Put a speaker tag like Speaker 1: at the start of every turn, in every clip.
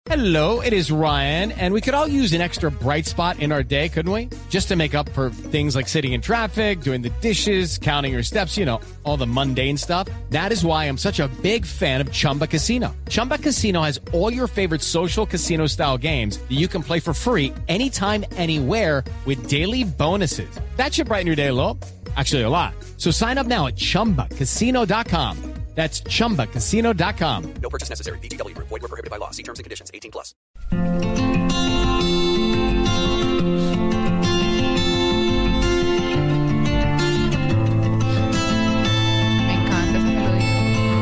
Speaker 1: Hello, it is Ryan, and we could all use an extra bright spot in our day, couldn't we? Just to make up for things like sitting in traffic, doing the dishes, counting your steps, you know, all the mundane stuff. That is why I'm such a big fan of Chumba Casino. Chumba Casino has all your favorite social casino-style games that you can play for free anytime, anywhere with daily bonuses. That should brighten your day a little. Actually, a lot. So sign up now at ChumbaCasino.com. That's ChumbaCasino.com.
Speaker 2: No purchase necessary. VGW Group. Void where prohibited by law. See terms and conditions. 18+.
Speaker 3: Me encanta esa melodía.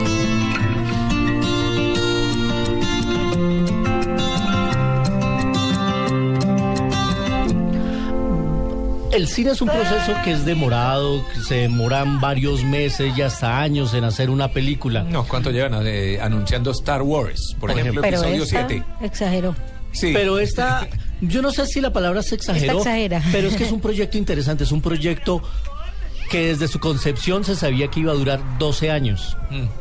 Speaker 4: El cine es un proceso que es demorado, que se demoran varios meses y hasta años en hacer una película.
Speaker 5: No, ¿cuánto llevan anunciando Star Wars? Por ejemplo,
Speaker 6: Pero
Speaker 5: episodio
Speaker 6: esta
Speaker 5: 7.
Speaker 6: exageró.
Speaker 5: Sí.
Speaker 4: Pero esta, yo no sé si la palabra se exageró,
Speaker 6: Esta exagera.
Speaker 4: pero es que es un proyecto interesante, es un proyecto que desde su concepción se sabía que iba a durar 12 años.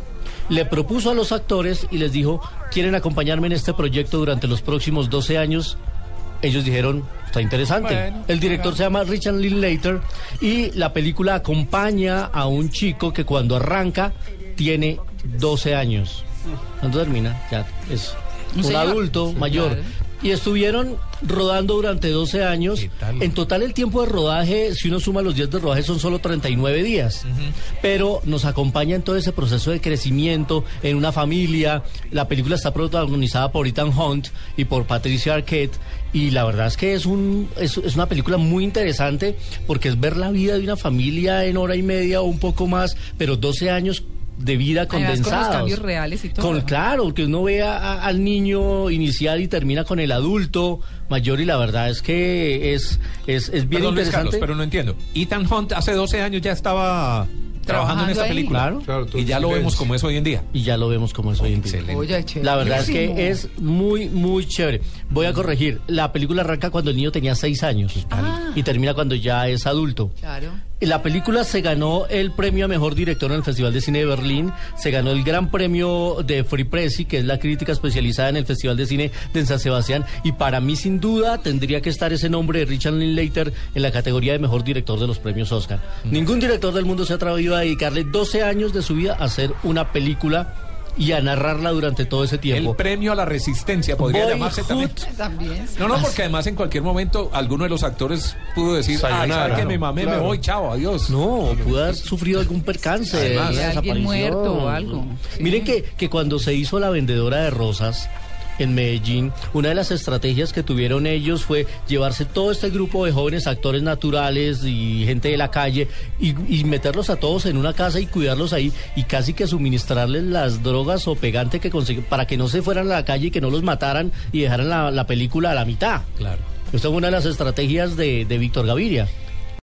Speaker 4: Le propuso a los actores y les dijo, ¿quieren acompañarme en este proyecto durante los próximos 12 años? Ellos dijeron, está interesante.
Speaker 5: Bueno,
Speaker 4: el director se llama Richard Linklater y la película acompaña a un chico que cuando arranca tiene 12 años. Cuando termina, ya es un
Speaker 3: señor.
Speaker 4: adulto mayor.
Speaker 3: Claro.
Speaker 4: Y estuvieron rodando durante 12 años.
Speaker 5: ¿Qué tal?
Speaker 4: En total el tiempo de rodaje, si uno suma los días de rodaje, son solo 39 días. Pero nos acompaña en todo ese proceso de crecimiento en una familia. La película está protagonizada por Ethan Hunt y por Patricia Arquette. Y la verdad es que es una película muy interesante porque es ver la vida de una familia en hora y media o un poco más, pero 12 años de vida
Speaker 3: Además, con los
Speaker 4: condensados.
Speaker 3: cambios reales y todo.
Speaker 4: Claro, que uno ve al niño inicial y termina con el adulto mayor y la verdad es que es bien
Speaker 5: Perdón, Luis
Speaker 4: interesante.
Speaker 5: Carlos, pero no entiendo. Ethan Hunt hace 12 años ya estaba trabajando en esta
Speaker 3: ahí.
Speaker 5: película.
Speaker 4: Claro.
Speaker 5: Y ya lo vemos como es hoy en día.
Speaker 4: Y ya lo vemos como es hoy en día.
Speaker 5: Excelente.
Speaker 3: Oye, chévere.
Speaker 4: La verdad es
Speaker 3: Buenísimo.
Speaker 4: que es muy, muy chévere. Voy a corregir. La película arranca cuando el niño tenía 6 años y termina cuando ya es adulto.
Speaker 3: Claro.
Speaker 4: La película se ganó el premio a Mejor Director en el Festival de Cine de Berlín, se ganó el Gran Premio de Free Press, que es la crítica especializada en el Festival de Cine de San Sebastián, y para mí sin duda tendría que estar ese nombre de Richard Linklater en la categoría de Mejor Director de los premios Oscar. Ningún director del mundo se ha atrevido a dedicarle 12 años de su vida a hacer una película y a narrarla durante todo ese tiempo.
Speaker 5: El premio a la resistencia podría
Speaker 4: Boyhood.
Speaker 5: llamarse también.
Speaker 3: También.
Speaker 5: No, porque además en cualquier momento alguno de los actores pudo decir,
Speaker 4: Sayonara,
Speaker 5: ¿sabes que me mamé,
Speaker 4: claro.
Speaker 5: me voy, chao, adiós.
Speaker 4: No, pudo haber sufrido algún percance,
Speaker 5: Además,
Speaker 4: una
Speaker 3: alguien
Speaker 4: desaparición.
Speaker 3: muerto o algo. Sí.
Speaker 4: Miren que cuando se hizo La Vendedora de Rosas en Medellín, una de las estrategias que tuvieron ellos fue llevarse todo este grupo de jóvenes actores naturales y gente de la calle y meterlos a todos en una casa y cuidarlos ahí y casi que suministrarles las drogas o pegante que consiguen para que no se fueran a la calle y que no los mataran y dejaran la película a la mitad.
Speaker 5: Claro.
Speaker 4: Esta fue una de las estrategias de Víctor Gaviria.